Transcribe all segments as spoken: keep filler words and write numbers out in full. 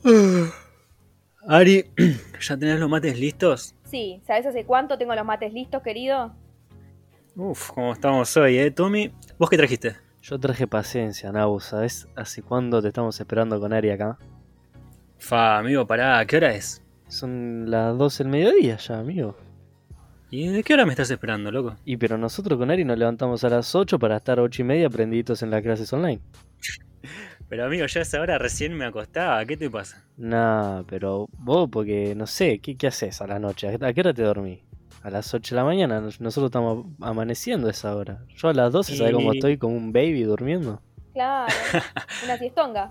Ari, ¿ya tenés los mates listos? Sí, ¿sabes hace cuánto tengo los mates listos, querido? Uf, cómo estamos hoy, ¿eh, Tommy? ¿Vos qué trajiste? Yo traje paciencia, Nau, ¿sabes hace cuándo te estamos esperando con Ari acá? Fa, amigo, pará, ¿qué hora es? Son las doce del mediodía ya, amigo. ¿Y de qué hora me estás esperando, loco? Y pero nosotros con Ari nos levantamos a las ocho para estar ocho y media prendiditos en las clases online. Pero amigo, ya a esa hora recién me acostaba, ¿qué te pasa? Nah, pero vos porque, no sé, ¿qué, qué haces a la noche? ¿A qué hora te dormís? A las ocho de la mañana, Nos- nosotros estamos amaneciendo a esa hora. Yo a las doce, ¿sabés cómo Y... estoy? Como un baby durmiendo. Claro, una siestonga.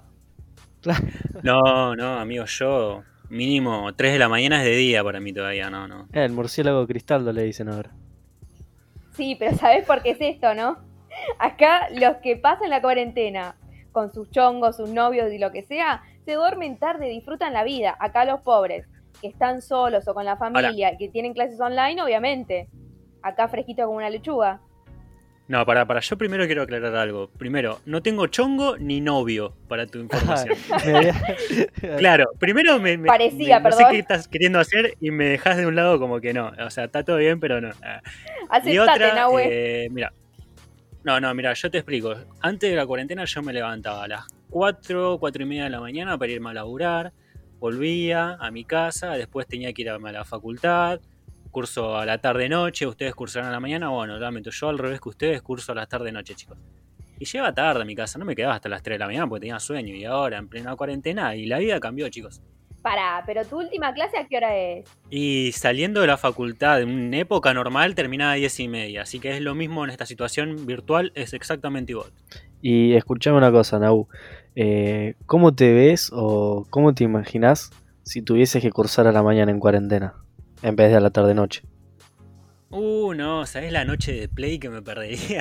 No, no, amigo, yo mínimo tres de la mañana es de día para mí todavía, no, no. Eh, el murciélago Cristaldo le dicen ahora. Sí, pero ¿sabés por qué es esto, no? Acá los que pasan la cuarentena con sus chongos, sus novios y lo que sea, se duermen tarde, disfrutan la vida. Acá los pobres, que están solos o con la familia, Ahora, que tienen clases online, obviamente. Acá fresquito como una lechuga. No, para, para, yo primero quiero aclarar algo. Primero, no tengo chongo ni novio, para tu información. Claro, primero me, me, Parecía, me no perdón. sé qué estás queriendo hacer y me dejas de un lado como que no. O sea, está todo bien, pero no. Aceptate, y otra, Nahue. eh, mira. No, no, mira, yo te explico. Antes de la cuarentena yo me levantaba a las cuatro, cuatro y media de la mañana para irme a laburar. Volvía a mi casa, después tenía que ir a la facultad. Curso a la tarde-noche, ustedes cursarán a la mañana. Bueno, lamento, yo al revés que ustedes curso a la tarde-noche, chicos. Y llegaba tarde a mi casa, no me quedaba hasta las tres de la mañana porque tenía sueño. Y ahora, en plena cuarentena, y la vida cambió, chicos. Pará, pero tu última clase, ¿a qué hora es? Y saliendo de la facultad, en época normal, terminaba a diez y media. Así que es lo mismo en esta situación virtual, es exactamente igual. Y escuchame una cosa, Nau. Eh, ¿Cómo te ves o cómo te imaginás si tuvieses que cursar a la mañana en cuarentena en vez de a la tarde-noche? Uh, no, ¿sabés la noche de Play que me perdería?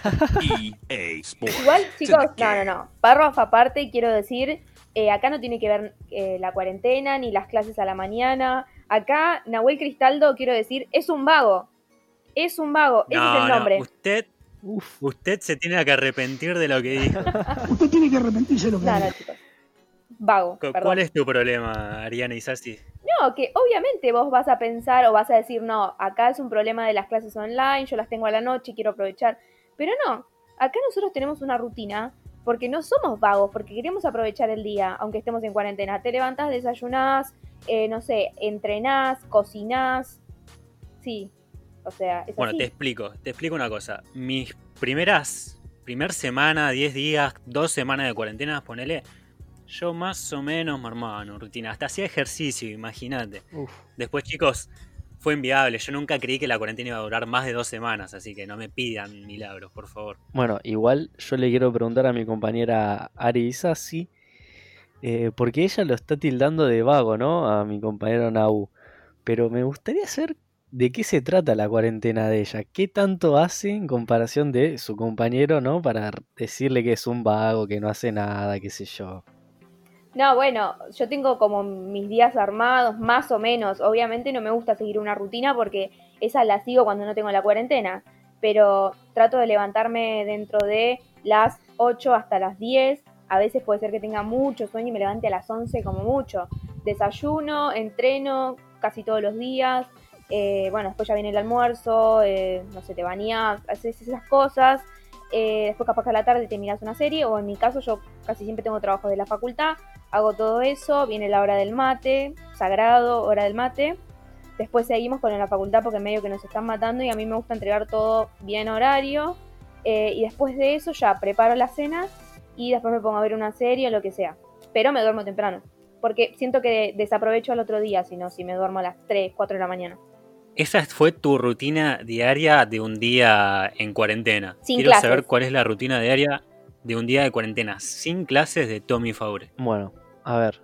E A Sports. Igual, chicos, no, no, no. Párrafo aparte, quiero decir, eh, acá no tiene que ver eh, la cuarentena ni las clases a la mañana. Acá, Nahuel Cristaldo, quiero decir, es un vago. Es un vago, ese No, es el nombre. no, usted, Uf. usted se tiene que arrepentir de lo que dijo. Usted tiene que arrepentirse de lo que No, dijo. no, chicos. Vago, ¿Cuál perdón. es tu problema, Ariana Isasi? No, que obviamente vos vas a pensar o vas a decir, no, acá es un problema de las clases online, yo las tengo a la noche, quiero aprovechar. Pero no, acá nosotros tenemos una rutina porque no somos vagos, porque queremos aprovechar el día, aunque estemos en cuarentena. Te levantás, desayunás, eh, no sé, entrenás, cocinás. Sí, o sea, es Bueno, así. te explico, te explico una cosa. Mis primeras, primer semana, diez días, dos semanas de cuarentena, ponele, yo más o menos me armaba una rutina. Hasta hacía ejercicio, imagínate. Después, chicos, fue inviable. Yo nunca creí que la cuarentena iba a durar más de dos semanas, así que no me pidan milagros, por favor. Bueno, igual yo le quiero preguntar a mi compañera Ari Isasi, eh, porque ella lo está tildando de vago, ¿no? A mi compañero Nau. Pero me gustaría saber de qué se trata la cuarentena de ella. ¿Qué tanto hace en comparación de su compañero, ¿no? Para decirle que es un vago, que no hace nada, qué sé yo. No, bueno, yo tengo como mis días armados, más o menos. Obviamente no me gusta seguir una rutina porque esa la sigo cuando no tengo la cuarentena. Pero trato de levantarme dentro de las ocho hasta las diez. A veces puede ser que tenga mucho sueño y me levante a las once como mucho. Desayuno, entreno casi todos los días. Eh, bueno, después ya viene el almuerzo, eh, no sé, te bañas, haces esas cosas. Eh, después capaz que a la tarde te miras una serie, o en mi caso yo casi siempre tengo trabajo de la facultad, hago todo eso, viene la hora del mate, sagrado, hora del mate, después seguimos con la facultad porque medio que nos están matando y a mí me gusta entregar todo bien horario, eh, y después de eso ya preparo la cena y después me pongo a ver una serie o lo que sea, pero me duermo temprano, porque siento que desaprovecho al otro día, si no, si me duermo a las tres, cuatro de la mañana. Esa fue tu rutina diaria de un día en cuarentena. Sin Quiero clases. saber cuál es la rutina diaria de un día de cuarentena sin clases de Tommy Faure. Bueno, a ver.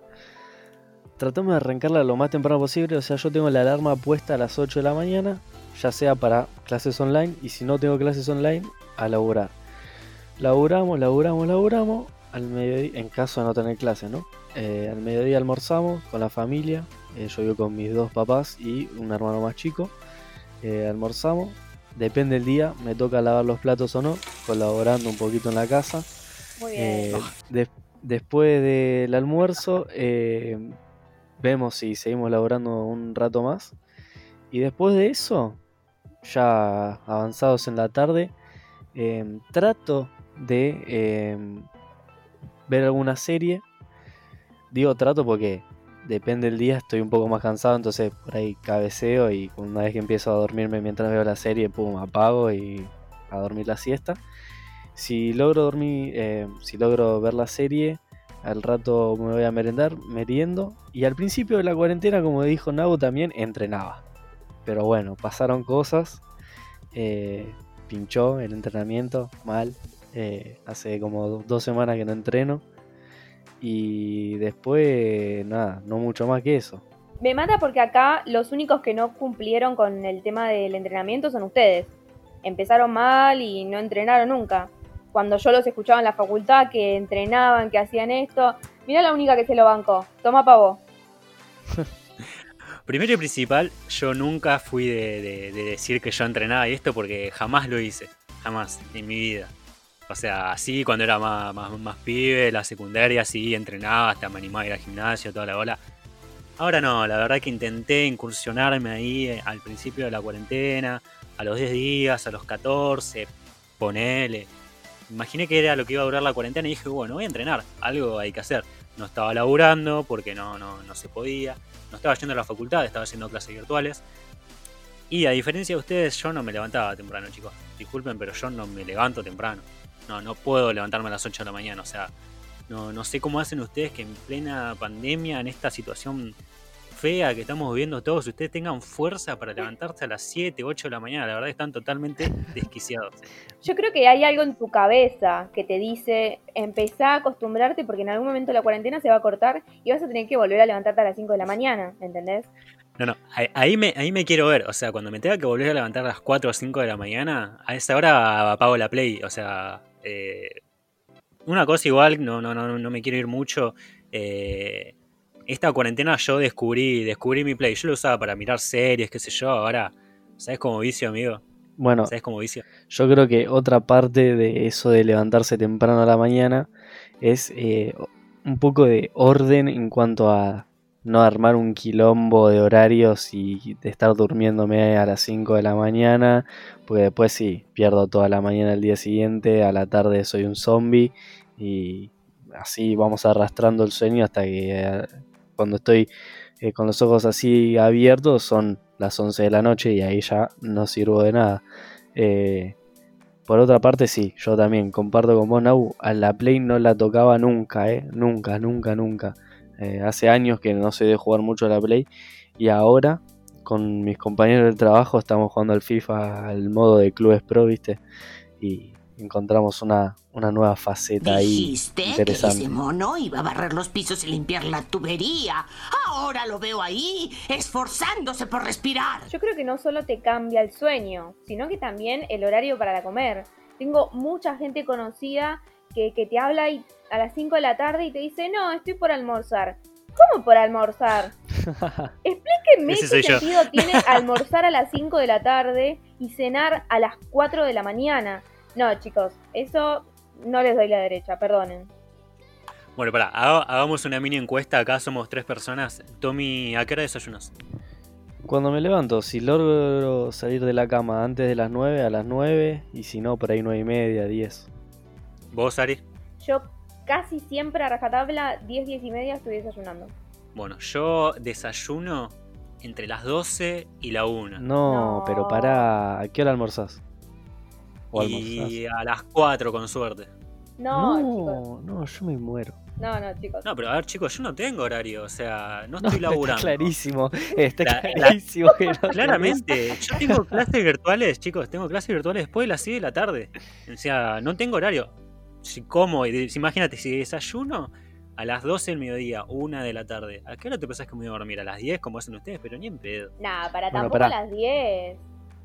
Tratamos de arrancarla lo más temprano posible. O sea, yo tengo la alarma puesta a las ocho de la mañana, ya sea para clases online, y si no tengo clases online, a laburar. Laburamos, laburamos, laburamos. Al mediodía, en caso de no tener clases, ¿no? Eh, al mediodía almorzamos con la familia. Eh, yo vivo con mis dos papás y un hermano más chico. Eh, almorzamos. Depende del día, me toca lavar los platos o no, colaborando un poquito en la casa. Muy bien. Eh, de- Después del almuerzo, eh, vemos si seguimos laburando un rato más. Y después de eso, ya avanzados en la tarde, eh, trato de eh, ver alguna serie. Digo trato porque depende del día, estoy un poco más cansado, entonces por ahí cabeceo y una vez que empiezo a dormirme mientras veo la serie, pum, apago y a dormir la siesta. Si logro dormir, eh, si logro ver la serie, al rato me voy a merendar, meriendo. Y al principio de la cuarentena, como dijo Nau, también entrenaba. Pero bueno, pasaron cosas. Eh, pinchó el entrenamiento mal. Eh, hace como do- dos semanas que no entreno. Y después, nada, no mucho más que eso. Me mata porque acá los únicos que no cumplieron con el tema del entrenamiento son ustedes. Empezaron mal y no entrenaron nunca. Cuando yo los escuchaba en la facultad que entrenaban, que hacían esto, mirá la única que se lo bancó. Toma pavo. Primero y principal, yo nunca fui de, de- de decir que yo entrenaba y esto porque jamás lo hice. Jamás, en mi vida. O sea, sí, cuando era más, más, más pibe, la secundaria, sí, entrenaba, hasta me animaba a ir al gimnasio, toda la bola. Ahora no, la verdad que intenté incursionarme ahí eh, al principio de la cuarentena, a los diez días, a los catorce, ponele. Imaginé que era lo que iba a durar la cuarentena y dije, bueno, voy a entrenar, algo hay que hacer. No estaba laburando porque no, no, no se podía, no estaba yendo a la facultad, estaba haciendo clases virtuales. Y a diferencia de ustedes, yo no me levantaba temprano, chicos. Disculpen, pero yo no me levanto temprano. No, no puedo levantarme a las ocho de la mañana, o sea, no, no sé cómo hacen ustedes que en plena pandemia, en esta situación fea que estamos viviendo todos, ustedes tengan fuerza para levantarse a las siete, ocho de la mañana. La verdad que están totalmente desquiciados. Yo creo que hay algo en tu cabeza que te dice, empezá a acostumbrarte porque en algún momento la cuarentena se va a cortar y vas a tener que volver a levantarte a las cinco de la mañana, ¿entendés? No, no, ahí- ahí me, ahí me quiero ver. O sea, cuando me tenga que volver a levantar a las cuatro o cinco de la mañana, a esa hora apago la Play. O sea, eh, una cosa igual, no, no, no, no me quiero ir mucho. eh, esta cuarentena yo descubrí, descubrí mi Play. Yo lo usaba para mirar series, qué sé yo. Ahora, ¿sabes cómo vicio, amigo? Bueno, ¿Sabes cómo vicio? yo creo que otra parte de eso de levantarse temprano a la mañana es eh, un poco de orden en cuanto a no armar un quilombo de horarios y de estar durmiéndome a las cinco de la mañana, porque después sí, pierdo toda la mañana el día siguiente, a la tarde soy un zombie y así vamos arrastrando el sueño hasta que eh, cuando estoy eh, con los ojos así abiertos son las once de la noche y ahí ya no sirvo de nada. Eh, por otra parte, sí, yo también comparto con vos, Nau, a la Play no la tocaba nunca, eh, nunca, nunca, nunca. Eh, hace años que no soy de jugar mucho a la Play y ahora con mis compañeros del trabajo estamos jugando al FIFA, al modo de clubes pro, ¿viste? Y encontramos una, una nueva faceta ahí Dijiste que interesante. ese mono iba a barrer los pisos y limpiar la tubería. Ahora lo veo ahí, esforzándose por respirar. Yo creo que no solo te cambia el sueño, sino que también el horario para comer. Tengo mucha gente conocida que, que te habla y a las cinco de la tarde y te dice, no, estoy por almorzar. ¿Cómo por almorzar? Explíquenme Ese qué soy yo. sentido tiene almorzar a las cinco de la tarde y cenar a las cuatro de la mañana. No, chicos, eso no les doy la derecha, perdonen. Bueno, pará, haga- hagamos una mini encuesta. Acá somos tres personas. Tommy, ¿a qué hora desayunas? Cuando me levanto, si logro salir de la cama antes de las nueve, a las nueve, y si no, por ahí nueve y media, diez. ¿Vos, Ari? Yo casi siempre a rajatabla, diez, diez y media estoy desayunando. Bueno, yo desayuno entre las doce y la una. No, No. pero pará, ¿a qué hora almorzás? ¿O almorzás? Y a las cuatro con suerte. No, chicos. no, no, yo me muero. No, no, chicos. No, pero a ver, chicos, yo no tengo horario. O sea, no No, estoy está laburando. clarísimo, está La- la- clarísimo que no tenés. Claramente, yo tengo clases virtuales, chicos, tengo clases virtuales después de las seis de la tarde. O sea, no tengo horario. Si como, y de- si- imagínate, si desayuno a las doce del mediodía, una de la tarde, ¿a qué hora te pensás que me voy a dormir? ¿A las diez como hacen ustedes? Pero ni en pedo. Nah, para Bueno, tampoco pará. a las diez.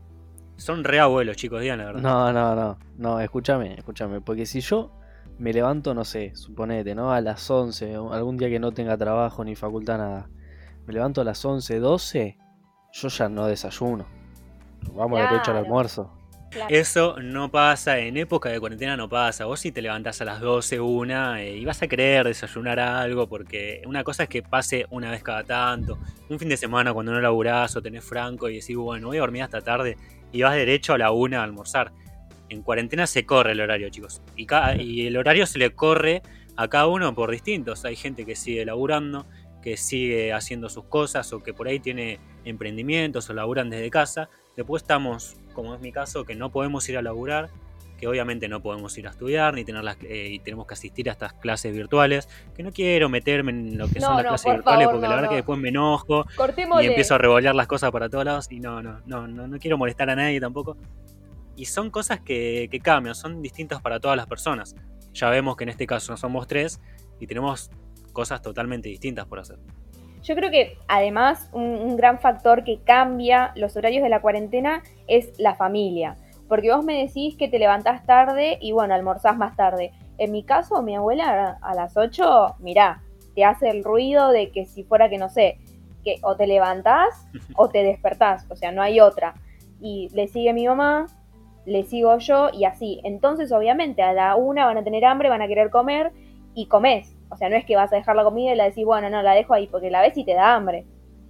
Son re abuelos, chicos, digan la verdad. No, no, no, no, escúchame, escúchame, porque si yo me levanto, no sé, suponete, ¿no? A las once, o algún día que no tenga trabajo ni facultad, nada. Me levanto a las once, doce, yo ya no desayuno. Vamos derecho al Claro. almuerzo. Claro. Eso no pasa, en época de cuarentena no pasa. Vos si te levantás a las doce, una, eh, y vas a querer desayunar algo, porque una cosa es que pase una vez cada tanto. Un fin de semana cuando no laburás o tenés franco y decís, bueno, voy a dormir hasta tarde, y vas derecho a la una a almorzar. En cuarentena se corre el horario, chicos. Y, ca- y el horario se le corre a cada uno por distintos. Hay gente que sigue laburando, que sigue haciendo sus cosas, o que por ahí tiene emprendimientos o laburan desde casa. Después estamos, como es mi caso, que no podemos ir a laburar, que obviamente no podemos ir a estudiar, ni tener las, eh, y tenemos que asistir a estas clases virtuales, que no quiero meterme en lo que No, son las no, clases por virtuales, favor, porque no, la verdad no. que después me enojo y Cortémosle. empiezo a revolear las cosas para todos lados, y no, no, no, no, no quiero molestar a nadie tampoco. Y son cosas que, que cambian, son distintas para todas las personas. Ya vemos que en este caso no somos tres y tenemos cosas totalmente distintas por hacer. Yo creo que además un, un gran factor que cambia los horarios de la cuarentena es la familia. Porque vos me decís que te levantás tarde y bueno, almorzás más tarde. En mi caso, mi abuela a las ocho, mirá, te hace el ruido de que si fuera que no sé, que o te levantás o te despertás, o sea, no hay otra. Y le sigue mi mamá, le sigo yo y así. Entonces, obviamente, a la una van a tener hambre, van a querer comer y comés. O sea, no es que vas a dejar la comida y la decís, bueno, no, la dejo ahí, porque la ves y te da hambre.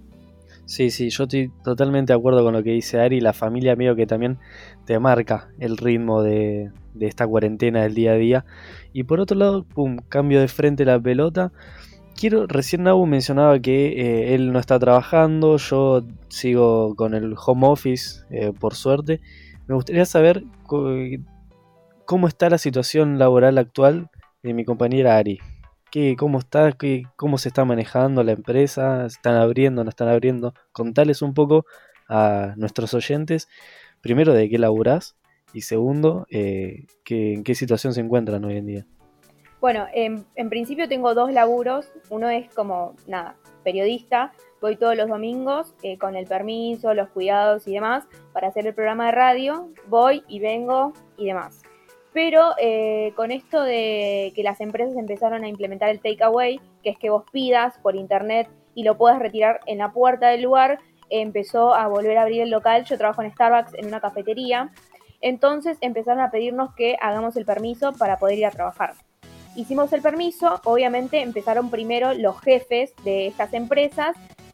Sí, sí, yo estoy totalmente de acuerdo con lo que dice Ari. La familia medio que también te marca el ritmo de, de esta cuarentena del día a día. Y por otro lado, pum, cambio de frente la pelota. Quiero, recién Nabu mencionaba que eh, él no está trabajando, yo sigo con el home office, eh, por suerte. Me gustaría saber co- cómo está la situación laboral actual de mi compañera Ari. ¿Qué, cómo está? Qué, ¿Cómo se está manejando la empresa? ¿Están abriendo? ¿No están abriendo? Contales un poco a nuestros oyentes, primero, de qué laburás y segundo, eh, que, en qué situación se encuentran hoy en día. Bueno, en, en principio tengo dos laburos. Uno es como, nada, periodista. Voy todos los domingos eh, con el permiso, los cuidados y demás para hacer el programa de radio. Voy y vengo y demás. Pero eh, con esto de que las empresas empezaron a implementar el takeaway, que es que vos pidas por internet y lo puedas retirar en la puerta del lugar, empezó a volver a abrir el local. Yo trabajo en Starbucks, en una cafetería. Entonces empezaron a pedirnos que hagamos el permiso para poder ir a trabajar. Hicimos el permiso, obviamente empezaron primero los jefes de estas empresas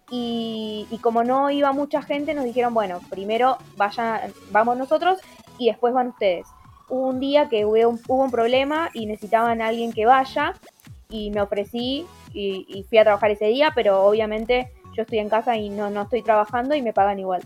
y, y como no iba mucha gente nos dijeron, bueno, primero vayan, vamos nosotros y después van ustedes. Hubo un día que hubo un, hubo un problema y necesitaban a alguien que vaya y me ofrecí y, y fui a trabajar ese día, pero obviamente yo estoy en casa y no, no estoy trabajando y me pagan igual.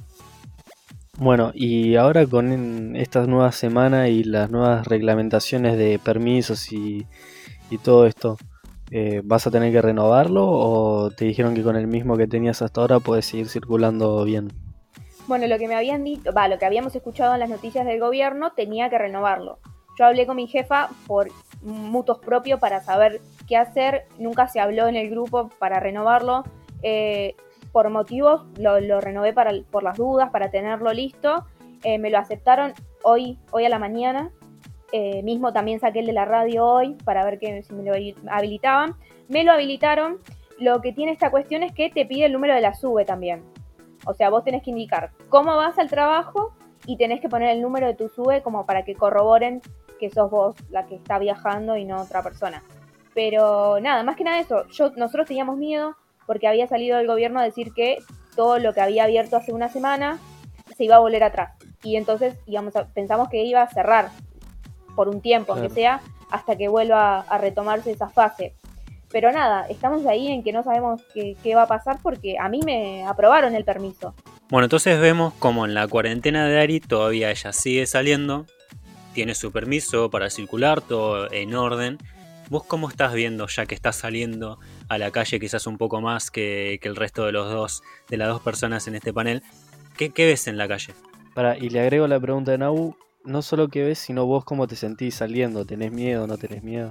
Bueno, y ahora con esta nueva semana y las nuevas reglamentaciones de permisos y, y todo esto, eh, ¿vas a tener que renovarlo o te dijeron que con el mismo que tenías hasta ahora puedes seguir circulando bien? Bueno, lo que me habían dicho, va, lo que habíamos escuchado en las noticias del gobierno, tenía que renovarlo. Yo hablé con mi jefa por mutuos propios para saber qué hacer. Nunca se habló en el grupo para renovarlo. Eh, por motivos lo, lo renové para, por las dudas, para tenerlo listo. Eh, me lo aceptaron hoy, hoy a la mañana. Eh, mismo también saqué el de la radio hoy para ver que, si me lo habilitaban. Me lo habilitaron. Lo que tiene esta cuestión es que te pide el número de la SUBE también. O sea, vos tenés que indicar cómo vas al trabajo y tenés que poner el número de tu SUBE como para que corroboren que sos vos la que está viajando y no otra persona. Pero nada, más que nada eso, yo, nosotros teníamos miedo porque había salido el gobierno a decir que todo lo que había abierto hace una semana se iba a volver atrás. Y entonces íbamos a, pensamos que iba a cerrar por un tiempo, Claro. aunque sea, hasta que vuelva a retomarse esa fase. Pero nada, estamos ahí en que no sabemos qué, qué va a pasar porque a mí me aprobaron el permiso. Bueno, entonces vemos como en la cuarentena de Ari todavía ella sigue saliendo, tiene su permiso para circular, todo en orden. ¿Vos cómo estás viendo ya que estás saliendo a la calle quizás un poco más que, que el resto de los dos, de las dos personas en este panel? ¿Qué, qué ves en la calle? Para, y le agrego la pregunta de Nabu, no solo qué ves, sino vos cómo te sentís saliendo, ¿tenés miedo, no tenés miedo?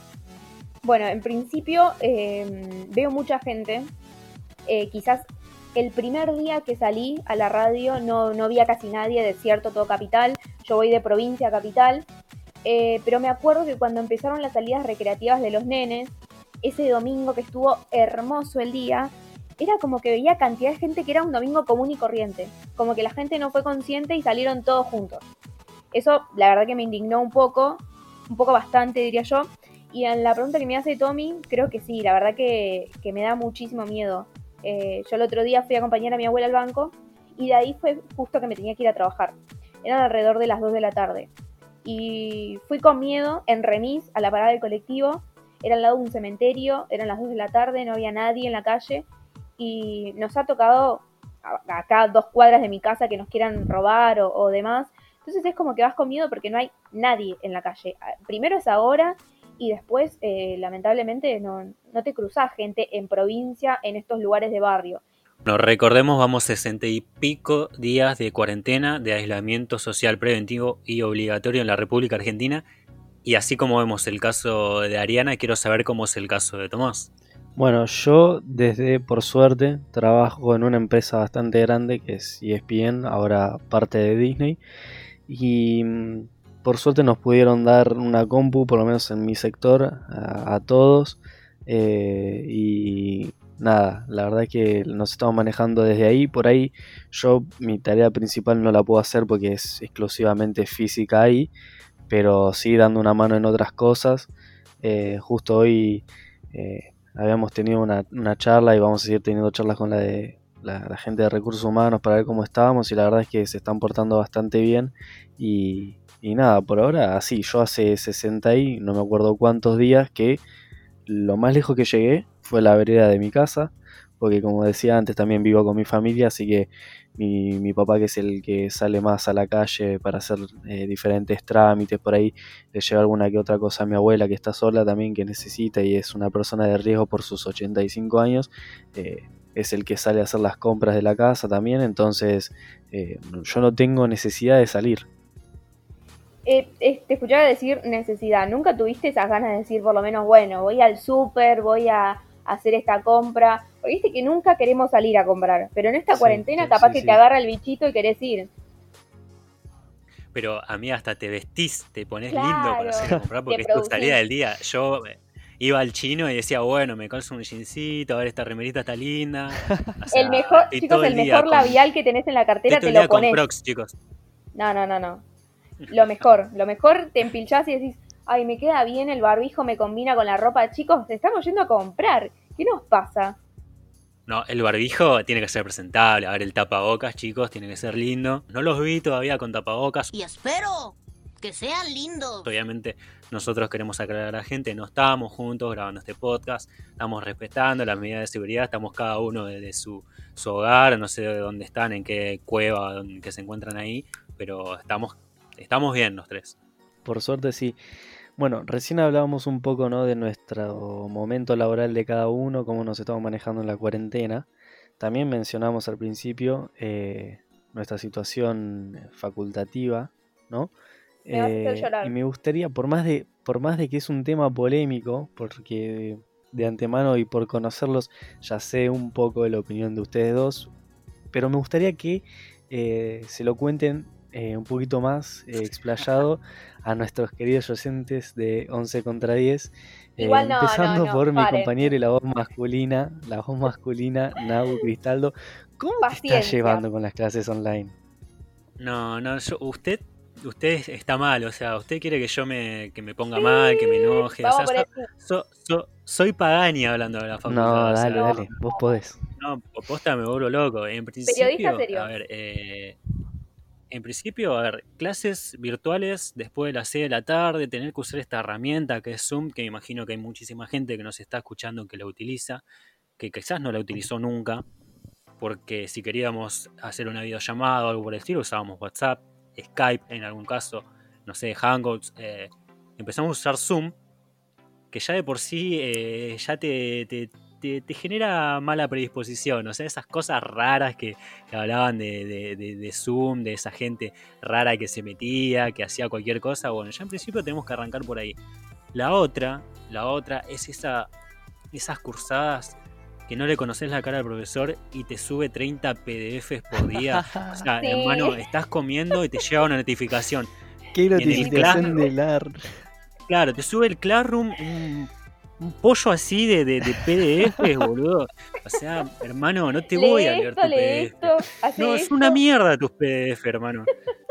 Bueno, en principio eh, veo mucha gente. Eh, quizás el primer día que salí a la radio no, no vi a casi nadie, desierto todo Capital. Yo voy de provincia a Capital. Eh, pero me acuerdo que cuando empezaron las salidas recreativas de los nenes, ese domingo que estuvo hermoso el día, era como que veía cantidad de gente que era un domingo común y corriente. Como que la gente no fue consciente y salieron todos juntos. Eso la verdad que me indignó un poco, un poco bastante diría yo. Y en la pregunta que me hace Tommy, creo que sí, la verdad que, que me da muchísimo miedo. Eh, yo el otro día fui a acompañar a mi abuela al banco y de ahí fue justo que me tenía que ir a trabajar. Eran alrededor de las dos de la tarde. Y fui con miedo en remis a la parada del colectivo. Era al lado de un cementerio, eran las dos de la tarde, no había nadie en la calle. Y nos ha tocado acá dos cuadras de mi casa que nos quieran robar o, o demás. Entonces es como que vas con miedo porque no hay nadie en la calle. Primero es ahora y después, eh, lamentablemente, no, no te cruzás gente en provincia, en estos lugares de barrio. Nos recordemos, vamos sesenta y pico días de cuarentena, de aislamiento social preventivo y obligatorio en la República Argentina. Y así como vemos el caso de Ariana, quiero saber cómo es el caso de Tomás. Bueno, yo desde, por suerte, trabajo en una empresa bastante grande que es E S P N, ahora parte de Disney. Y por suerte nos pudieron dar una compu, por lo menos en mi sector, a, a todos. Eh, y nada, la verdad es que nos estamos manejando desde ahí. Por ahí yo mi tarea principal no la puedo hacer porque es exclusivamente física ahí, pero sí dando una mano en otras cosas. Eh, justo hoy eh, habíamos tenido una, una charla y vamos a seguir teniendo charlas con la de la, la gente de recursos humanos para ver cómo estábamos, y la verdad es que se están portando bastante bien. Y, y nada, por ahora así, yo hace sesenta y no me acuerdo cuántos días que lo más lejos que llegué fue la vereda de mi casa, porque como decía antes también vivo con mi familia, así que mi, mi papá, que es el que sale más a la calle para hacer eh, diferentes trámites, por ahí le lleva alguna que otra cosa a mi abuela que está sola también, que necesita y es una persona de riesgo por sus ochenta y cinco años, eh, es el que sale a hacer las compras de la casa también, entonces eh, yo no tengo necesidad de salir. Eh, eh, te escuchaba decir necesidad. ¿Nunca tuviste esas ganas de decir, por lo menos, bueno, voy al súper, voy a hacer esta compra? Porque viste que nunca queremos salir a comprar, pero en esta Sí, cuarentena sí, capaz sí, que sí. te agarra el bichito y querés ir. Pero a mí hasta te vestís, te pones Claro, lindo para salir a comprar porque te es tu producís. salida del día. Yo eh, iba al chino y decía, bueno, me calzo un jeansito, a ver, esta remerita está linda. O sea, El mejor, estoy chicos, todo el día mejor con- labial que tenés en la cartera estoy todo te el lo día con pones. Crocs, chicos. No, no, no, no. Lo mejor, lo mejor te empilchás y decís, ay, me queda bien el barbijo, me combina con la ropa. Chicos, estamos yendo a comprar. ¿Qué nos pasa? No, el barbijo tiene que ser presentable. A ver, el tapabocas, chicos, tiene que ser lindo. No los vi todavía con tapabocas. Y espero que sean lindos. Obviamente nosotros queremos aclarar a la gente, no estamos juntos grabando este podcast, estamos respetando las medidas de seguridad, estamos cada uno desde su, su hogar, no sé de dónde están, en qué cueva en que se encuentran ahí, pero estamos, estamos bien los tres. Por suerte sí. Bueno, recién hablábamos un poco, ¿no?, de nuestro momento laboral de cada uno, cómo nos estamos manejando en la cuarentena. También mencionamos al principio eh, nuestra situación facultativa, ¿no? Me vas a hacer Eh, llorar. y me gustaría, por más de, por más de que es un tema polémico, porque de antemano y por conocerlos ya sé un poco de la opinión de ustedes dos, pero me gustaría que eh, se lo cuenten eh, un poquito más eh, explayado a nuestros queridos oyentes de once contra diez, eh, Igual no, empezando no, no, por mi paren. compañero y la voz masculina, la voz masculina, Nau Cristaldo. ¿Cómo te estás Paciencia. llevando con las clases online? No, no, yo, usted, usted está mal, o sea, usted quiere que yo me, que me ponga mal, que me enoje, Vamos o a sea, poner- so- so- so- soy Pagani hablando de la facultad. No, o sea, dale, dale, vos podés. No, posta me vuelvo loco. En Periodista principio, serio. a ver, eh, en principio, a ver, clases virtuales después de las seis de la tarde, tener que usar esta herramienta que es Zoom, que me imagino que hay muchísima gente que nos está escuchando que la utiliza, que quizás no la utilizó nunca, porque si queríamos hacer una videollamada o algo por el estilo, usábamos WhatsApp, Skype en algún caso, no sé, Hangouts, eh, empezamos a usar Zoom, que ya de por sí eh, ya te, te, te, te genera mala predisposición, o sea, esas cosas raras que, que hablaban de, de, de, de Zoom, de esa gente rara que se metía, que hacía cualquier cosa, bueno, ya en principio tenemos que arrancar por ahí. La otra, la otra es esa, esas cursadas que no le conoces la cara al profesor y te sube treinta P D Fs por día. O sea, Sí. hermano, estás comiendo y te llega una notificación. ¿Qué en el notificación Classroom- de la R? Claro, te sube el Classroom un, un pollo así de, de, de P D Fs, boludo. O sea, hermano, no te voy a lee leer esto, tu lee P D F. esto, hace No, es esto. una mierda tus P D F, hermano.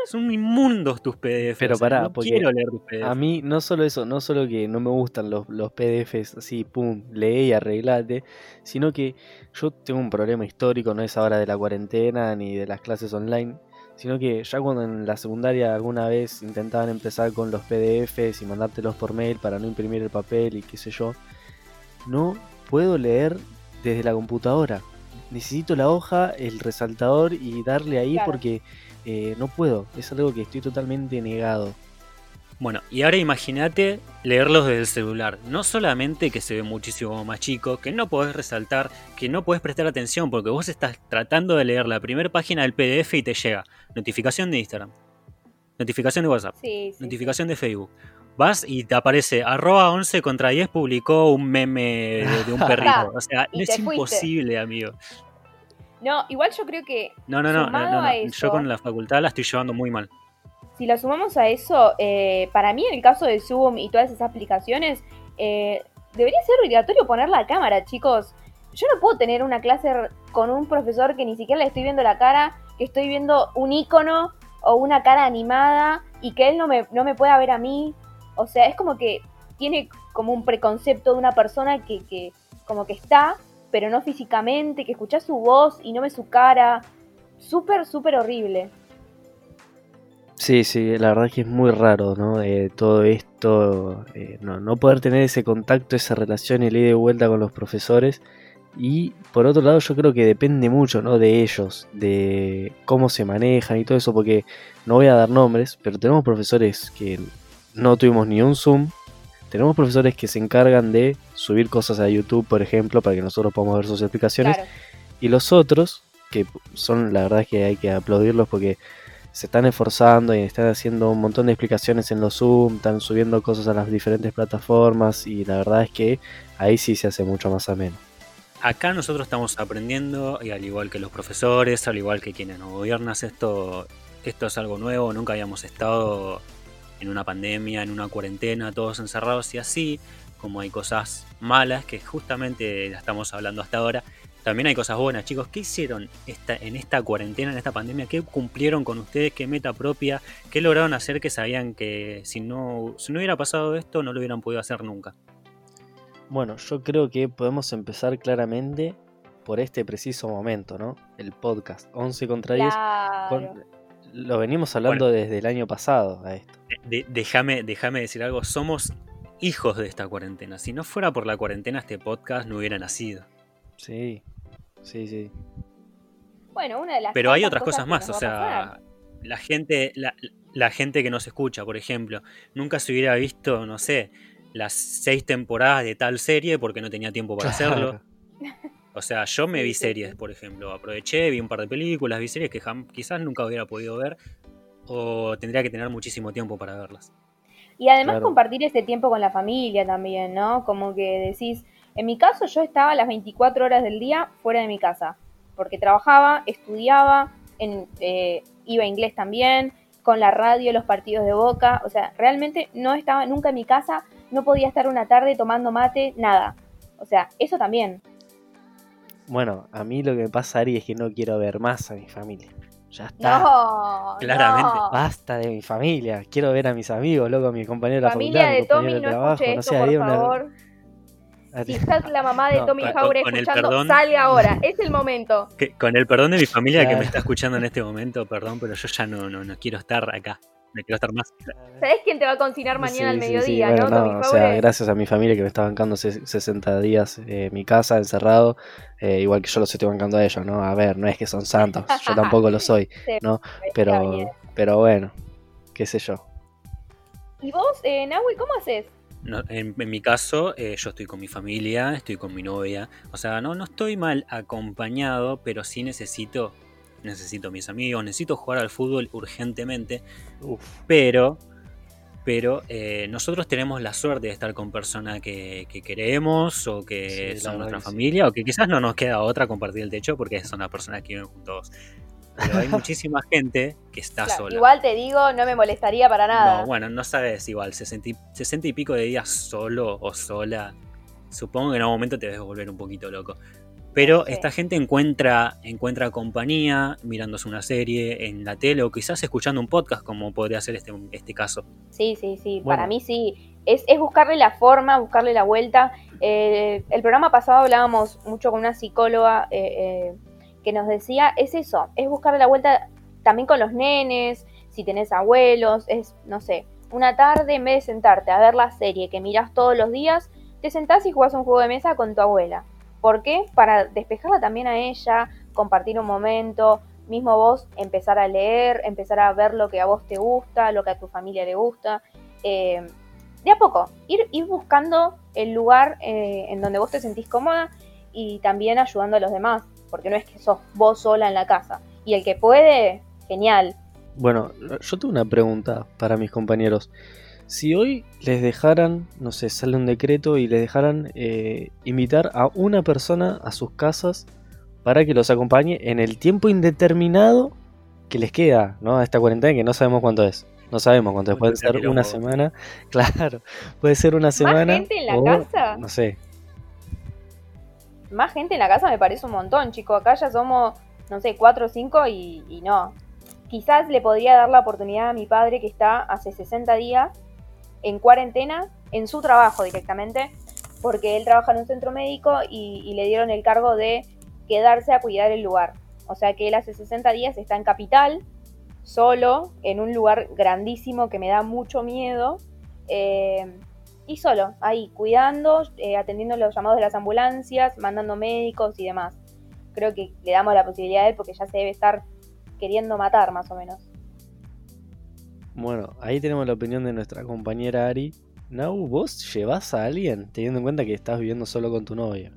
Son inmundos tus P D Fs. Pero o sea, pará, no porque quiero leer tus P D Fs. A mí no solo eso, no solo que no me gustan los, los P D Fs así, pum, lee y arreglate, sino que yo tengo un problema histórico, no es ahora de la cuarentena ni de las clases online, sino que ya cuando en la secundaria alguna vez intentaban empezar con los P D Fs y mandártelos por mail para no imprimir el papel y qué sé yo, no puedo leer desde la computadora. Necesito la hoja, el resaltador y darle ahí Claro. porque eh, no puedo, es algo que estoy totalmente negado. Bueno, y ahora imagínate leerlos desde el celular. No solamente que se ve muchísimo más chico, que no podés resaltar, que no podés prestar atención, porque vos estás tratando de leer la primera página del P D F y te llega notificación de Instagram, notificación de WhatsApp, Sí, sí. notificación de Facebook. Vas y te aparece arroba once contra diez publicó un meme de, de un perrito. O sea, Y es te fuiste. imposible, amigo. No, igual yo creo que No, no, no, no, sumado no, no. a eso, Yo con la facultad la estoy llevando muy mal. si lo sumamos a eso, eh, para mí en el caso de Zoom y todas esas aplicaciones, eh, debería ser obligatorio poner la cámara, chicos. Yo no puedo tener una clase r- con un profesor que ni siquiera le estoy viendo la cara, que estoy viendo un icono o una cara animada y que él no me, no me pueda ver a mí. O sea, es como que tiene como un preconcepto de una persona que, que como que está, pero no físicamente, que escuchás su voz y no ves su cara. Súper, súper horrible. Sí, sí, la verdad es que es muy raro, ¿no? Eh, todo esto, eh, no, no poder tener ese contacto, esa relación y el ida y vuelta con los profesores. Y por otro lado yo creo que depende mucho, ¿no? De ellos, de cómo se manejan y todo eso, porque no voy a dar nombres, pero tenemos profesores que no tuvimos ni un Zoom. Tenemos profesores que se encargan de subir cosas a YouTube, por ejemplo, para que nosotros podamos ver sus explicaciones. Claro. Y los otros, que son, la verdad es que hay que aplaudirlos porque se están esforzando y están haciendo un montón de explicaciones en los Zoom, están subiendo cosas a las diferentes plataformas y la verdad es que ahí sí se hace mucho más ameno. Acá nosotros estamos aprendiendo, y al igual que los profesores, al igual que quienes nos gobiernan, esto, esto es algo nuevo, nunca habíamos estado en una pandemia, en una cuarentena, todos encerrados y así, como hay cosas malas que justamente la estamos hablando hasta ahora, también hay cosas buenas. Chicos, ¿qué hicieron esta, en esta cuarentena, en esta pandemia? ¿Qué cumplieron con ustedes? ¿Qué meta propia? ¿Qué lograron hacer que sabían que si no, si no hubiera pasado esto no lo hubieran podido hacer nunca? Bueno, yo creo que podemos empezar claramente por este preciso momento, ¿no? El podcast once contra diez. Claro. Con- lo venimos hablando Bueno. desde el año pasado a esto. De- déjame, déjame decir algo, somos hijos de esta cuarentena. Si no fuera por la cuarentena, este podcast no hubiera nacido. Sí, sí, sí. Bueno, una de las Pero hay tantas otras cosas más, que o nos va a sea, pasar. la gente, la, la gente que nos escucha, por ejemplo, nunca se hubiera visto, no sé, las seis temporadas de tal serie porque no tenía tiempo para hacerlo. O sea, yo me Sí, vi sí, series, sí. por ejemplo, aproveché, vi un par de películas, vi series que jam- quizás nunca hubiera podido ver o tendría que tener muchísimo tiempo para verlas. Y además Claro. compartir ese tiempo con la familia también, ¿no? Como que decís, en mi caso yo estaba las veinticuatro horas del día fuera de mi casa, porque trabajaba, estudiaba, en, eh, iba a inglés también, con la radio, los partidos de Boca, o sea, realmente no estaba nunca en mi casa, no podía estar una tarde tomando mate, nada. O sea, eso también. Bueno, a mí lo que me pasa, Ari, es que no quiero ver más a mi familia. Ya está. No, Claramente. no. Basta de mi familia. Quiero ver a mis amigos, loco, a mis compañeros de la Familia facultad, a de mis compañeros Tommy, de no trabajo. escuche No esto, sé, por haría una- favor. Si estás la mamá de No, Tommy con- Jaure con el escuchando, perdón. sale ahora, es el momento. Que, con el perdón de mi familia que Claro. me está escuchando en este momento, perdón, pero yo ya no, no, no quiero estar acá, no quiero estar más. ¿Sabés quién te va a cocinar mañana al Sí, sí, sí, mediodía, bueno, no, no, Tommy o sea, Jaure? gracias a mi familia que me está bancando ses- sesenta días eh, en mi casa, encerrado, eh, igual que yo los estoy bancando a ellos, ¿no? A ver, no es que son santos, yo tampoco lo soy, Sí, ¿no? está bien. Pero, pero bueno, qué sé yo. ¿Y vos, eh, Nahui, cómo haces? No, en, en mi caso, eh, yo estoy con mi familia, estoy con mi novia. O sea, no, no estoy mal acompañado, pero sí necesito, necesito mis amigos, necesito jugar al fútbol urgentemente. Uf, Pero, pero eh, nosotros tenemos la suerte de estar con personas que, que queremos o que Sí, la son verdad nuestra que sí. familia o que quizás no nos queda otra compartir el techo porque son las personas que viven juntos. Pero hay muchísima gente que está Claro, sola. igual te digo, no me molestaría para nada. No, bueno, no sabes igual, sesenta y, sesenta y pico de días solo o sola. Supongo que en algún momento te debes volver un poquito loco. Pero Sí. esta gente encuentra, encuentra compañía mirándose una serie en la tele o quizás escuchando un podcast, como podría ser este, este caso. Sí, sí, sí, Bueno. para mí sí. Es, es buscarle la forma, buscarle la vuelta. Eh, el programa pasado hablábamos mucho con una psicóloga eh, eh, que nos decía, es eso, es buscarle la vuelta también con los nenes, si tenés abuelos, es, no sé, una tarde en vez de sentarte a ver la serie que mirás todos los días, te sentás y jugás un juego de mesa con tu abuela. ¿Por qué? Para despejarla también a ella, compartir un momento, mismo vos empezar a leer, empezar a ver lo que a vos te gusta, lo que a tu familia le gusta. Eh, de a poco, ir, ir buscando el lugar eh, en donde vos te sentís cómoda y también ayudando a los demás, porque no es que sos vos sola en la casa. Y el que puede, genial. Bueno, yo tengo una pregunta para mis compañeros. Si hoy les dejaran, no sé, sale un decreto y les dejaran eh, invitar a una persona a sus casas para que los acompañe en el tiempo indeterminado que les queda, ¿no? A esta cuarentena que no sabemos cuánto es. No sabemos cuánto es. Uy, Puede qué ser quilombo. una semana. Claro, puede ser una semana. ¿Más gente en la o, casa? No sé. Más gente en la casa me parece un montón, chico. Acá ya somos, no sé, cuatro o cinco y, y no. Quizás le podría dar la oportunidad a mi padre que está hace sesenta días en cuarentena, en su trabajo directamente, porque él trabaja en un centro médico y, y le dieron el cargo de quedarse a cuidar el lugar. O sea que él hace sesenta días está en Capital, solo, en un lugar grandísimo que me da mucho miedo, eh, y solo, ahí, cuidando, eh, atendiendo los llamados de las ambulancias, mandando médicos y demás. Creo que le damos la posibilidad a él porque ya se debe estar queriendo matar, más o menos. Bueno, ahí tenemos la opinión de nuestra compañera Ari. Nau, ¿vos llevas a alguien teniendo en cuenta que estás viviendo solo con tu novia?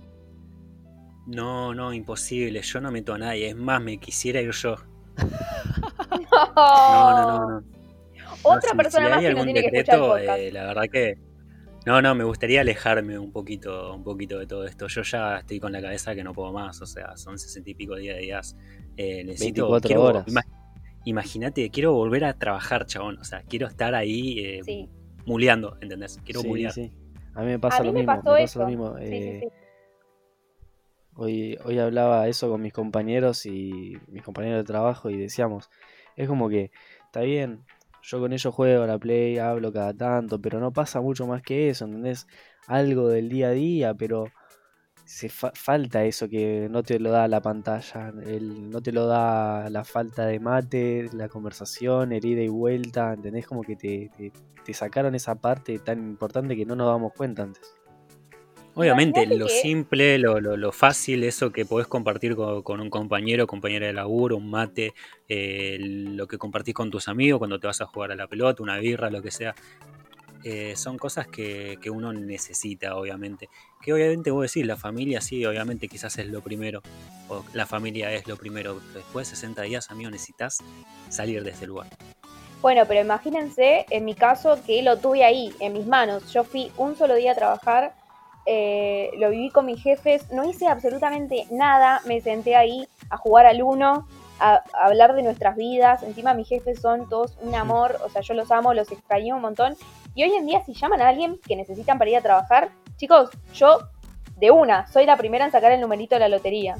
No, no, imposible. Yo no meto a nadie. Es más, me quisiera ir yo. No, No, no, no, no. Otra No, si- persona si más hay que no algún tiene que escuchar el decreto, podcast. eh, la verdad que no, no, me gustaría alejarme un poquito, un poquito de todo esto. Yo ya estoy con la cabeza que no puedo más, o sea, son sesenta y pico días de días. Eh, necesito, veinticuatro quiero, horas. ima- imagínate, quiero volver a trabajar, chabón. O sea, quiero estar ahí eh, Sí. muleando, ¿entendés? Quiero Sí, mulear. sí. A mí me pasa A mí lo me mismo. pasó me pasa eso. lo mismo. Sí, eh, sí, sí. Hoy, hoy hablaba eso con mis compañeros y mis compañeros de trabajo y decíamos, es como que, está bien, yo con ellos juego a la Play, hablo cada tanto, pero no pasa mucho más que eso, ¿entendés? Algo del día a día, pero se fa- falta eso que no te lo da la pantalla, el, no te lo da la falta de mate, la conversación, el ida y vuelta, ¿entendés? Como que te, te, te sacaron esa parte tan importante que no nos damos cuenta antes. Obviamente, Imagínate lo que- simple, lo, lo, lo fácil, eso que podés compartir con, con un compañero, compañera de laburo, un mate, eh, lo que compartís con tus amigos cuando te vas a jugar a la pelota, una birra, lo que sea. Eh, son cosas que, que uno necesita, obviamente. Que obviamente vos decís, la familia sí, obviamente quizás es lo primero. O la familia es lo primero. Pero después de sesenta días, amigo, necesitas salir de ese lugar. Bueno, pero imagínense, en mi caso, que lo tuve ahí, en mis manos. Yo fui un solo día a trabajar, eh, lo viví con mis jefes, no hice absolutamente nada, me senté ahí a jugar al uno, a, a hablar de nuestras vidas. Encima mis jefes son todos un amor, o sea, yo los amo, los extraño un montón. Y hoy en día, si llaman a alguien que necesitan para ir a trabajar, chicos, yo de una, soy la primera en sacar el numerito de la lotería.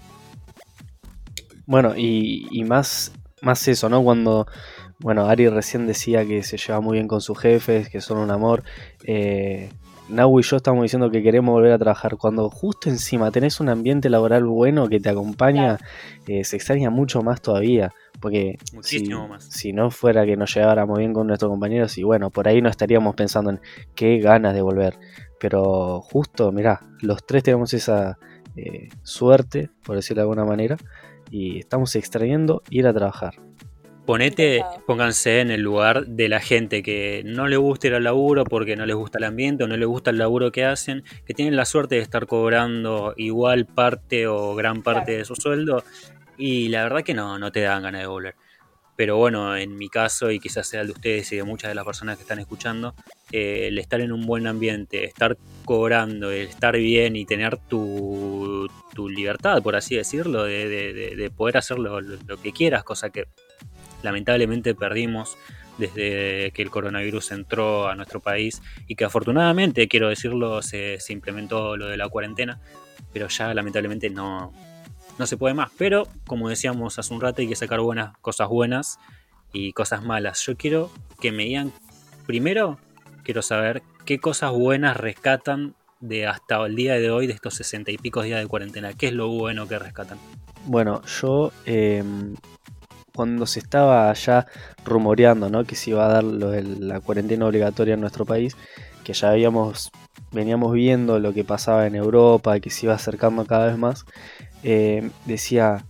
Bueno, y, y más, más eso, ¿no? Cuando, bueno, Ari recién decía que se lleva muy bien con sus jefes, que son un amor. Eh, Nau y yo estamos diciendo que queremos volver a trabajar. Cuando justo encima tenés un ambiente laboral bueno que te acompaña, eh, se extraña mucho más todavía. Porque si, Muchísimo más. si no fuera que nos lleváramos bien con nuestros compañeros, y bueno, por ahí no estaríamos pensando en qué ganas de volver. Pero justo, mirá, los tres tenemos esa eh, suerte, por decirlo de alguna manera, y estamos extrayendo ir a trabajar. Ponete, Pesado. pónganse en el lugar de la gente que no le gusta ir al laburo porque no les gusta el ambiente o no les gusta el laburo que hacen, que tienen la suerte de estar cobrando igual parte o gran parte Claro. de su sueldo y la verdad que no, no te dan ganas de volver. Pero bueno, en mi caso y quizás sea el de ustedes y de muchas de las personas que están escuchando, eh, el estar en un buen ambiente, estar cobrando, el estar bien y tener tu, tu libertad, por así decirlo, de, de, de, de poder hacer lo, lo, lo que quieras, cosa que lamentablemente perdimos desde que el coronavirus entró a nuestro país y que afortunadamente, quiero decirlo, se, se implementó lo de la cuarentena, pero ya lamentablemente no, no se puede más. Pero como decíamos hace un rato, hay que sacar buenas cosas buenas y cosas malas. Yo quiero que me digan, primero quiero saber qué cosas buenas rescatan de hasta el día de hoy, de estos sesenta y pico días de cuarentena. ¿Qué es lo bueno que rescatan? Bueno, yo eh, cuando se estaba ya rumoreando, ¿no?, que se iba a dar lo de la cuarentena obligatoria en nuestro país, que ya habíamos veníamos viendo lo que pasaba en Europa, que se iba acercando cada vez más, eh, decía,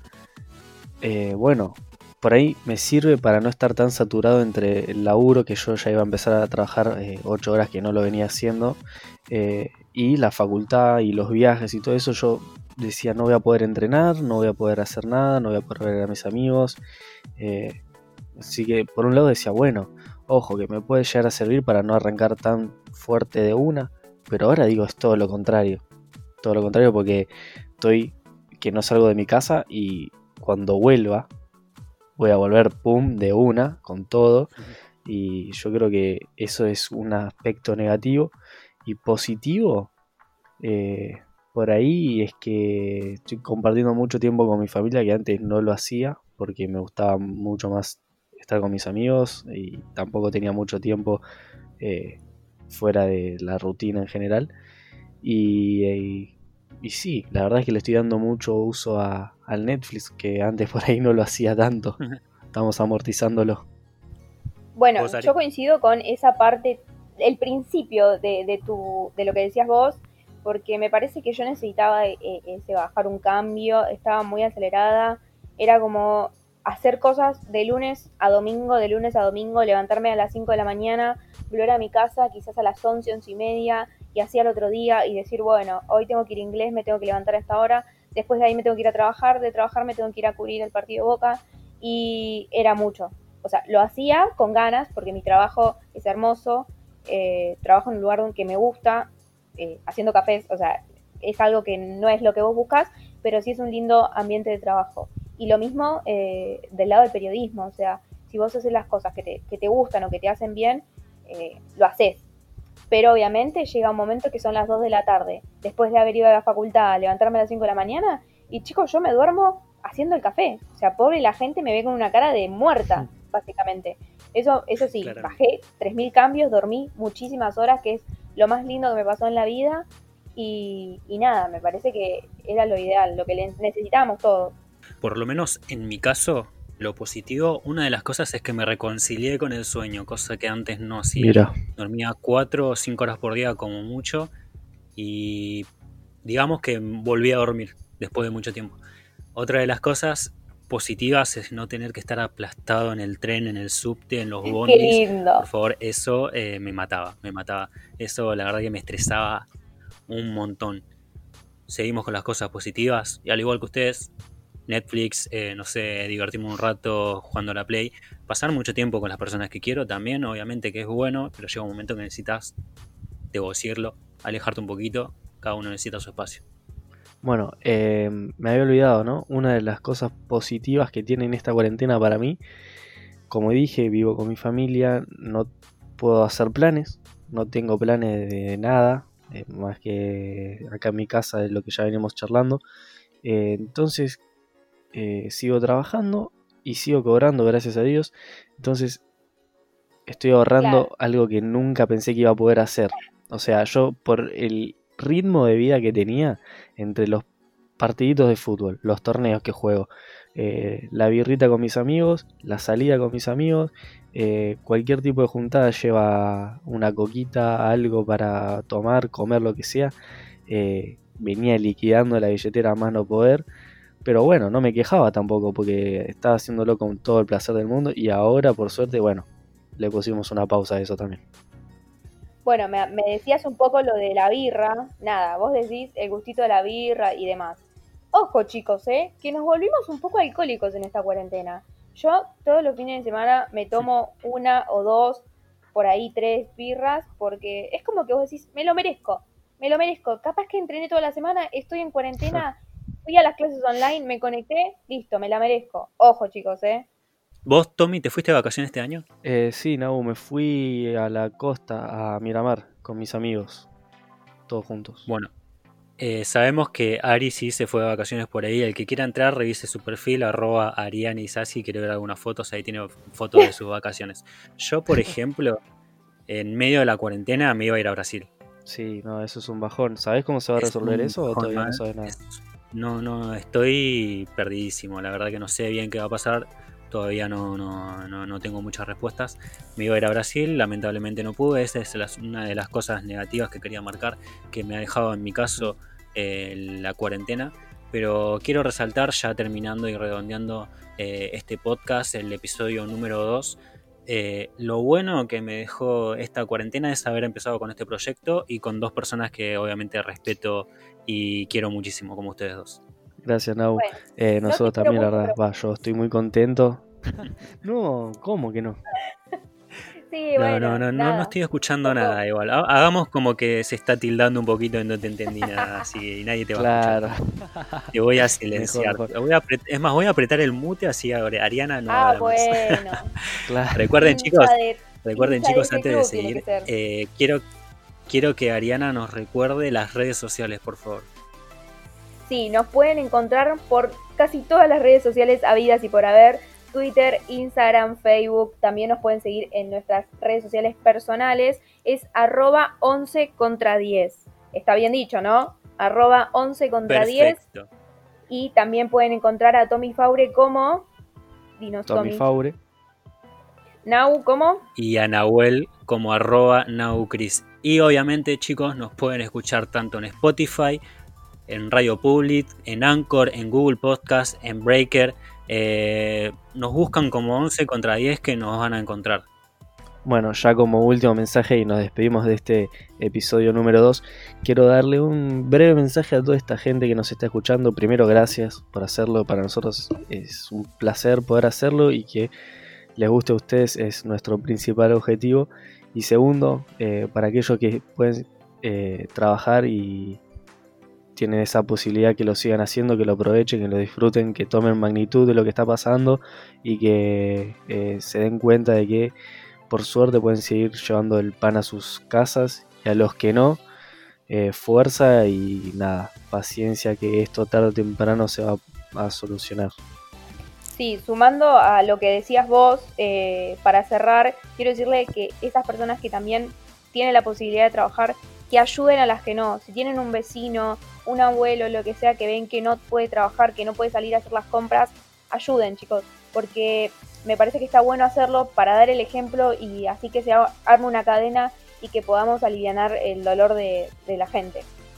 eh, bueno, por ahí me sirve para no estar tan saturado entre el laburo, que yo ya iba a empezar a trabajar eh, ocho horas que no lo venía haciendo, eh, y la facultad y los viajes y todo eso. Yo decía, no voy a poder entrenar, no voy a poder hacer nada, no voy a poder ver a mis amigos. Eh, así que por un lado decía, bueno, ojo, que me puede llegar a servir para no arrancar tan fuerte de una, pero ahora digo, es todo lo contrario. Todo lo contrario, porque estoy que no salgo de mi casa y cuando vuelva voy a volver pum de una con todo. Y yo creo que eso es un aspecto negativo. Y positivo, eh, por ahí es que estoy compartiendo mucho tiempo con mi familia, que antes no lo hacía porque me gustaba mucho más estar con mis amigos y tampoco tenía mucho tiempo eh, fuera de la rutina en general. Y, y, y sí, la verdad es que le estoy dando mucho uso a, al Netflix, que antes por ahí no lo hacía tanto. Estamos amortizándolo. Bueno, ¿Vos, Ari? yo coincido con esa parte, el principio de, de, tu, de lo que decías vos, porque me parece que yo necesitaba eh, ese bajar un cambio, estaba muy acelerada, era como hacer cosas de lunes a domingo, de lunes a domingo, levantarme a las cinco de la mañana, volver a mi casa quizás a las once, once y media, y así al otro día, y decir, bueno, hoy tengo que ir a inglés, me tengo que levantar a esta hora, después de ahí me tengo que ir a trabajar, de trabajar me tengo que ir a cubrir el partido Boca, y era mucho. O sea, lo hacía con ganas porque mi trabajo es hermoso, eh, trabajo en un lugar que me gusta, eh, haciendo cafés, o sea, es algo que no es lo que vos buscas, pero sí es un lindo ambiente de trabajo. Y lo mismo eh, del lado del periodismo, o sea, si vos haces las cosas que te, que te gustan o que te hacen bien, eh, lo haces. Pero obviamente llega un momento que son las dos de la tarde, después de haber ido a la facultad, a levantarme a las cinco de la mañana, y chicos, yo me duermo haciendo el café. O sea, pobre, la gente me ve con una cara de muerta, básicamente. Eso, eso sí, Claramente. bajé tres mil cambios, dormí muchísimas horas, que es lo más lindo que me pasó en la vida. Y, y nada, me parece que era lo ideal, lo que necesitábamos todos. Por lo menos en mi caso, lo positivo, una de las cosas es que me reconcilié con el sueño, cosa que antes no hacía. Mira, Dormía cuatro o cinco horas por día como mucho y digamos que volví a dormir después de mucho tiempo. Otra de las cosas positivas es no tener que estar aplastado en el tren, en el subte, en los Qué bondis. lindo. Por favor, eso eh, me mataba, me mataba. Eso la verdad que me estresaba un montón. Seguimos con las cosas positivas y al igual que ustedes, Netflix, eh, no sé, divertirme un rato jugando a la Play, pasar mucho tiempo con las personas que quiero también, obviamente que es bueno, pero llega un momento que necesitas, debo decirlo, alejarte un poquito, cada uno necesita su espacio. bueno, eh, me había olvidado, ¿no? Una de las cosas positivas que tiene esta cuarentena para mí, como dije, vivo con mi familia, no puedo hacer planes, no tengo planes de nada, eh, más que acá en mi casa de lo que ya venimos charlando. Eh, entonces, eh, sigo trabajando y sigo cobrando, gracias a Dios. Entonces, estoy ahorrando Claro. algo que nunca pensé que iba a poder hacer. O sea, yo por el ritmo de vida que tenía entre los partiditos de fútbol, los torneos que juego, eh, la birrita con mis amigos, la salida con mis amigos, eh, cualquier tipo de juntada lleva una coquita, algo para tomar, comer, lo que sea. eh, venía liquidando la billetera a más no poder. Pero bueno, no me quejaba tampoco porque estaba haciéndolo con todo el placer del mundo y ahora, por suerte, bueno, le pusimos una pausa a eso también. Bueno, me, me decías un poco lo de la birra. Nada, vos decís el gustito de la birra y demás. Ojo, chicos, ¿eh? Que nos volvimos un poco alcohólicos en esta cuarentena. Yo todos los fines de semana me tomo una o dos, por ahí tres birras, porque es como que vos decís, me lo merezco, me lo merezco. Capaz que entrené toda la semana, estoy en cuarentena, fui a las clases online, me conecté, listo, me la merezco. Ojo, chicos, ¿eh? ¿Vos, Tommy, te fuiste de vacaciones este año? Eh, sí, Nau, me fui a la costa, a Miramar, con mis amigos, todos juntos. Bueno, eh, sabemos que Ari sí se fue de vacaciones por ahí. El que quiera entrar, revise su perfil, arroba Ariani Sassi, quiere ver algunas fotos, ahí tiene fotos de sus vacaciones. Yo, por ejemplo, en medio de la cuarentena me iba a ir a Brasil. Sí, no, eso es un bajón. ¿Sabés cómo se va a Es resolver un eso o bajón todavía no mal. sabes nada? Es- No, no, estoy perdidísimo. La verdad que no sé bien qué va a pasar. Todavía no, no, no, no tengo muchas respuestas. Me iba a ir a Brasil, lamentablemente no pude. Esa es las- una de las cosas negativas que quería marcar, que me ha dejado en mi caso eh, la cuarentena. Pero quiero resaltar, ya terminando y redondeando eh, este podcast, el episodio número dos. Eh, lo bueno que me dejó esta cuarentena es haber empezado con este proyecto y con dos personas que obviamente respeto y quiero muchísimo, como ustedes dos. Gracias, Nau. Bueno, Eh, yo te nosotros quiero también, la mucho, verdad, pero va, yo estoy muy contento. No, ¿cómo que no? sí, No, bueno, no, no, no, no nada. estoy escuchando Poco. nada igual. Ha- Hagamos como que se está tildando un poquito y no te entendí nada, así que nadie te va a escuchar. Claro. Te voy a Mejor, silenciar. mejor. Voy a apret- es más, voy a apretar el mute así ahora Ariana no Ah, habla más. bueno. Claro. Recuerden, chicos, Hincha de, recuerden, hincha de chicos, ese antes de club tiene que seguir, ser. eh, quiero, quiero que Ariana nos recuerde las redes sociales, por favor. Sí, nos pueden encontrar por casi todas las redes sociales habidas y por haber. Twitter, Instagram, Facebook. También nos pueden seguir en nuestras redes sociales personales. Es arroba once contra diez. Está bien dicho, ¿no? Arroba once contra diez. Perfecto. Y también pueden encontrar a Tommy Faure como... Dinos, Tommy Tommy. Faure. Nau, ¿cómo? Y a Nahuel como arroba naucris. Y obviamente, chicos, nos pueden escuchar tanto en Spotify, en Radio Public, en Anchor, en Google Podcast, en Breaker. Eh, nos buscan como once contra diez que nos van a encontrar. Bueno, ya como último mensaje y nos despedimos de este episodio número dos, quiero darle un breve mensaje a toda esta gente que nos está escuchando. Primero, gracias por hacerlo, para nosotros es un placer poder hacerlo y que les guste a ustedes es nuestro principal objetivo. Y segundo, eh, para aquellos que pueden eh, trabajar y tienen esa posibilidad, que lo sigan haciendo, que lo aprovechen, que lo disfruten, que tomen magnitud de lo que está pasando y que eh, se den cuenta de que por suerte pueden seguir llevando el pan a sus casas, y a los que no, eh, fuerza y nada, paciencia, que esto tarde o temprano se va a solucionar. Sí, sumando a lo que decías vos, eh, para cerrar, quiero decirle que esas personas que también tienen la posibilidad de trabajar, que ayuden a las que no. Si tienen un vecino, un abuelo, lo que sea, que ven que no puede trabajar, que no puede salir a hacer las compras, ayuden, chicos, porque me parece que está bueno hacerlo para dar el ejemplo y así que se arme una cadena y que podamos alivianar el dolor de, de la gente.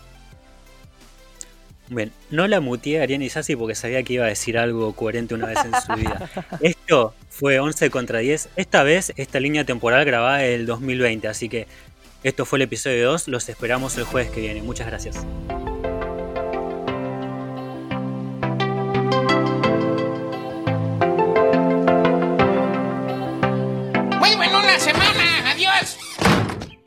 Bien, no la muteé a Ariana Isasi porque sabía que iba a decir algo coherente una vez en su vida. Esto fue once contra diez. Esta vez, esta línea temporal grabada el dos mil veinte. Así que esto fue el episodio dos. Los esperamos el jueves que viene. Muchas gracias. Vuelvo en una semana.